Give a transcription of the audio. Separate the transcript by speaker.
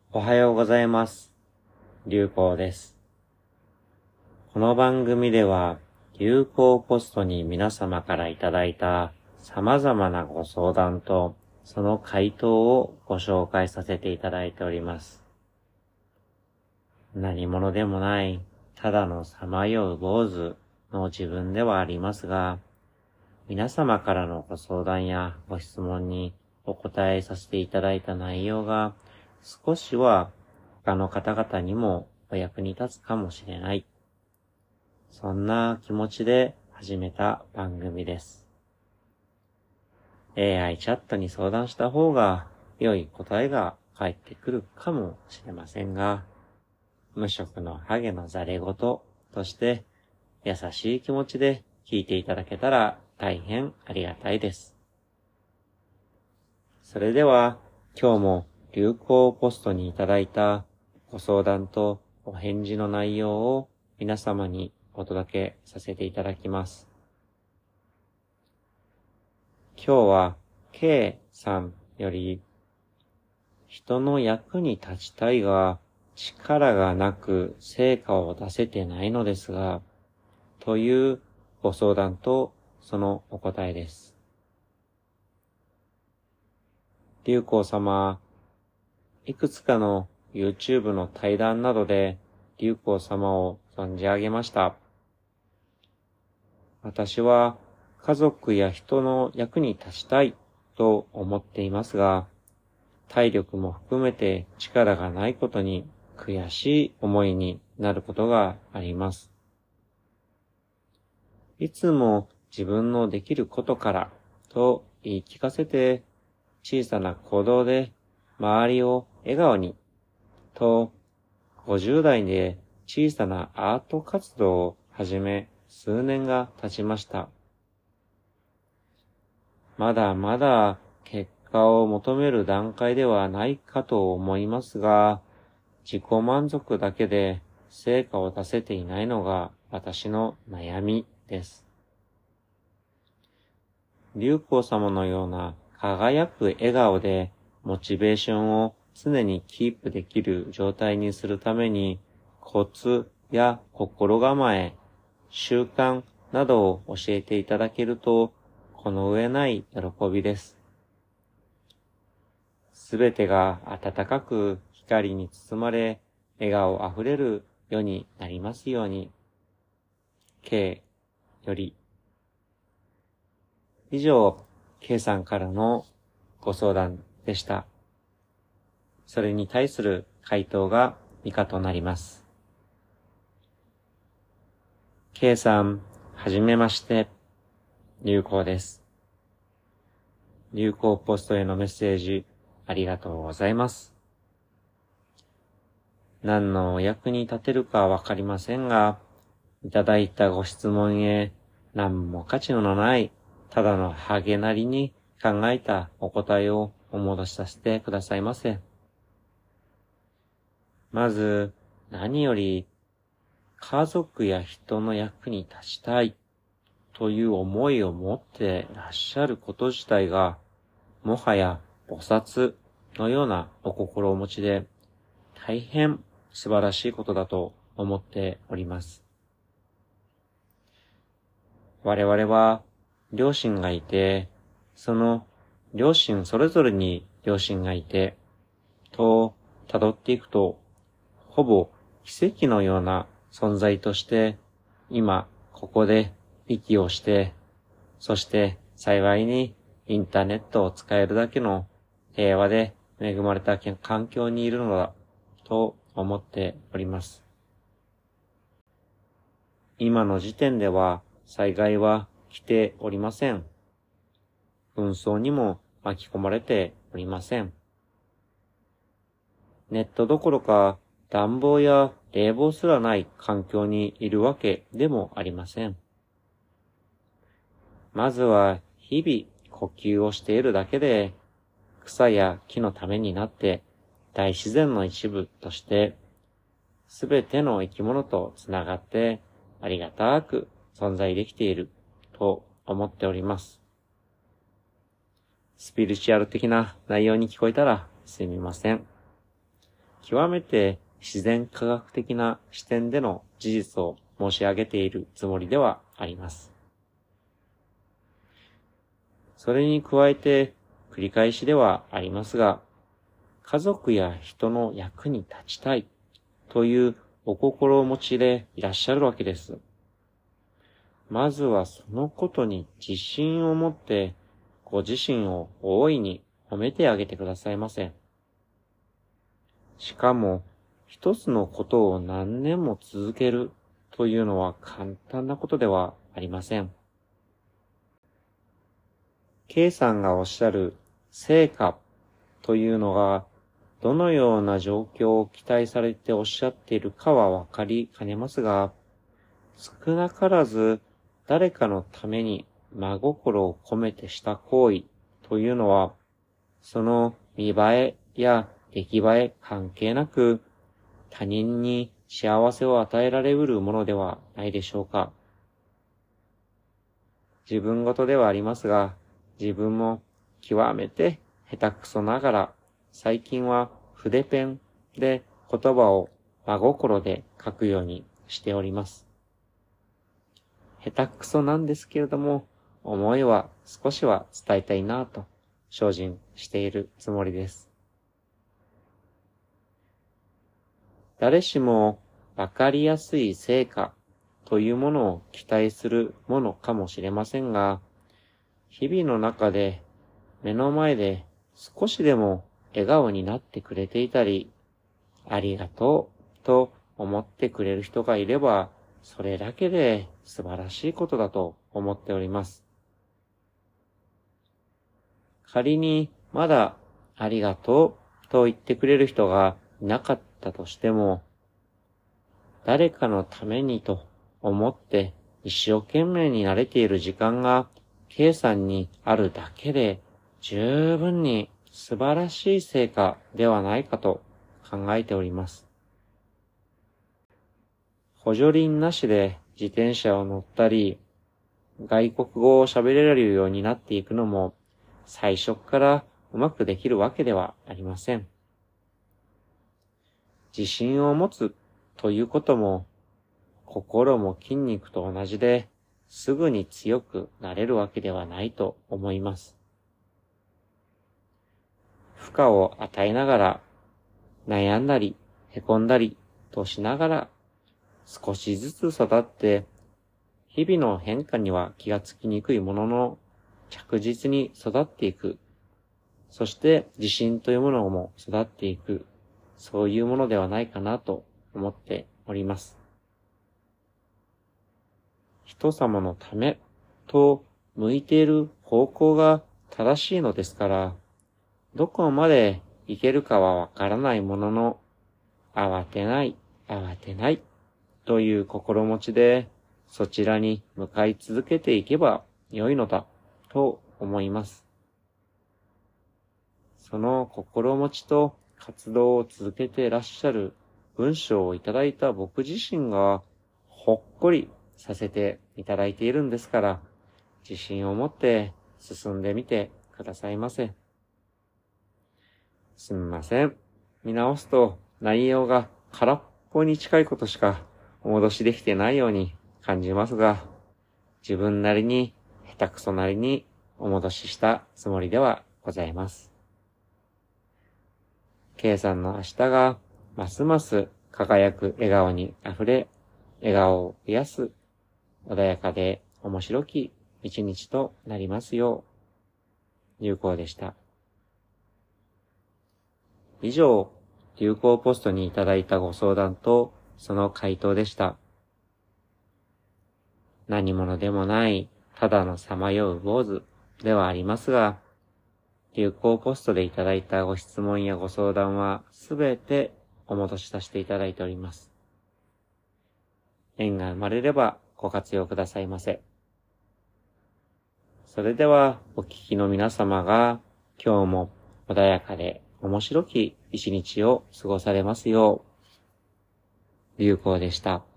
Speaker 1: おはようございます。流行です。この番組では、流行ポストに皆様からいただいた様々なご相談と、その回答をご紹介させていただいております。何者でもない、ただのさまよう坊主の自分ではありますが、皆様からのご相談やご質問にお答えさせていただいた内容が、少しは他の方々にもお役に立つかもしれない。そんな気持ちで始めた番組です。AI チャットに相談した方が良い答えが返ってくるかもしれませんが、無職のハゲのざれ言として優しい気持ちで聞いていただけたら大変ありがたいです。それでは今日も流行ポストにいただいたご相談とお返事の内容を皆様にお届けさせていただきます。今日は K さんより、人の役に立ちたいが力がなく成果を出せてないのですが、というご相談とそのお答えです。流行様、いくつかの YouTube の対談などで流行様を存じ上げました。私は家族や人の役に立ちたいと思っていますが、体力も含めて力がないことに悔しい思いになることがあります。いつも自分のできることからと言い聞かせて、小さな行動で周りを笑顔にと50代で小さなアート活動を始め数年が経ちました。まだまだ結果を求める段階ではないかと思いますが、自己満足だけで成果を出せていないのが私の悩みです。流行様のような輝く笑顔でモチベーションを常にキープできる状態にするためにコツや心構え、習慣などを教えていただけるとこの上ない喜びです。すべてが温かく光に包まれ笑顔あふれる世になりますように。K より。以上、K さんからのご相談でした。それに対する回答が以下となります。K さん、はじめまして、流行です。流行ポストへのメッセージ、ありがとうございます。何のお役に立てるかわかりませんが、いただいたご質問へ何も価値のない、ただのハゲなりに考えたお答えをお戻しさせてくださいませ。まず、何より、家族や人の役に立ちたいという思いを持っていらっしゃること自体が、もはや菩薩のようなお心をお持ちで、大変素晴らしいことだと思っております。我々は両親がいて、その両親それぞれに両親がいて、と辿っていくと、ほぼ奇跡のような存在として、今ここで息をして、そして幸いにインターネットを使えるだけの平和で恵まれた環境にいるのだと思っております。今の時点では災害は来ておりません。紛争にも巻き込まれておりません。ネットどころか暖房や冷房すらない環境にいるわけでもありません。まずは日々呼吸をしているだけで草や木のためになって大自然の一部としてすべての生き物とつながってありがたく存在できていると思っております。スピリチュアル的な内容に聞こえたらすみません。 極めて自然科学的な視点での事実を申し上げているつもりではあります。それに加えて繰り返しではありますが、家族や人の役に立ちたいというお心持ちでいらっしゃるわけです。まずはそのことに自信を持ってご自身を大いに褒めてあげてくださいませ。しかも一つのことを何年も続けるというのは簡単なことではありません。K さんがおっしゃる成果というのがどのような状況を期待されておっしゃっているかはわかりかねますが、少なからず誰かのために真心を込めてした行為というのは、その見栄えや出来栄え関係なく他人に幸せを与えられうるものではないでしょうか。自分ごとではありますが、自分も極めて下手くそながら、最近は筆ペンで言葉を真心で書くようにしております。下手くそなんですけれども、思いは少しは伝えたいなぁと精進しているつもりです。誰しもわかりやすい成果というものを期待するものかもしれませんが、日々の中で目の前で少しでも笑顔になってくれていたり、ありがとうと思ってくれる人がいれば、それだけで素晴らしいことだと思っております。仮にまだありがとうと言ってくれる人がいなかったとしても、誰かのためにと思って一生懸命になれている時間が K さんにあるだけで十分に素晴らしい成果ではないかと考えております。補助輪なしで自転車を乗ったり、外国語を喋れられるようになっていくのも最初からうまくできるわけではありません。自信を持つということも心も筋肉と同じですぐに強くなれるわけではないと思います。負荷を与えながら悩んだり凹んだりとしながら少しずつ育って日々の変化には気がつきにくいものの着実に育っていく。そして自信というものも育っていく。そういうものではないかなと思っております。人様のためと向いている方向が正しいのですから、どこまでいけるかはわからないものの、慌てないという心持ちでそちらに向かい続けていけば良いのだと思います。その心持ちと活動を続けていらっしゃる文章をいただいた僕自身がほっこりさせていただいているんですから、自信を持って進んでみてくださいませ。すみません。見直すと内容が空っぽに近いことしかお戻しできてないように感じますが、自分なりに下手くそなりにお戻ししたつもりではございます。K さんの明日がますます輝く笑顔にあふれ、笑顔を増やす穏やかで面白き一日となりますよう、流行でした。以上、流行ポストにいただいたご相談とその回答でした。何者でもないただのさまよう坊主ではありますが、流行ポストでいただいたご質問やご相談はすべてお戻しさせていただいております。縁が生まれればご活用くださいませ。それではお聞きの皆様が今日も穏やかで面白き一日を過ごされますよう、流行でした。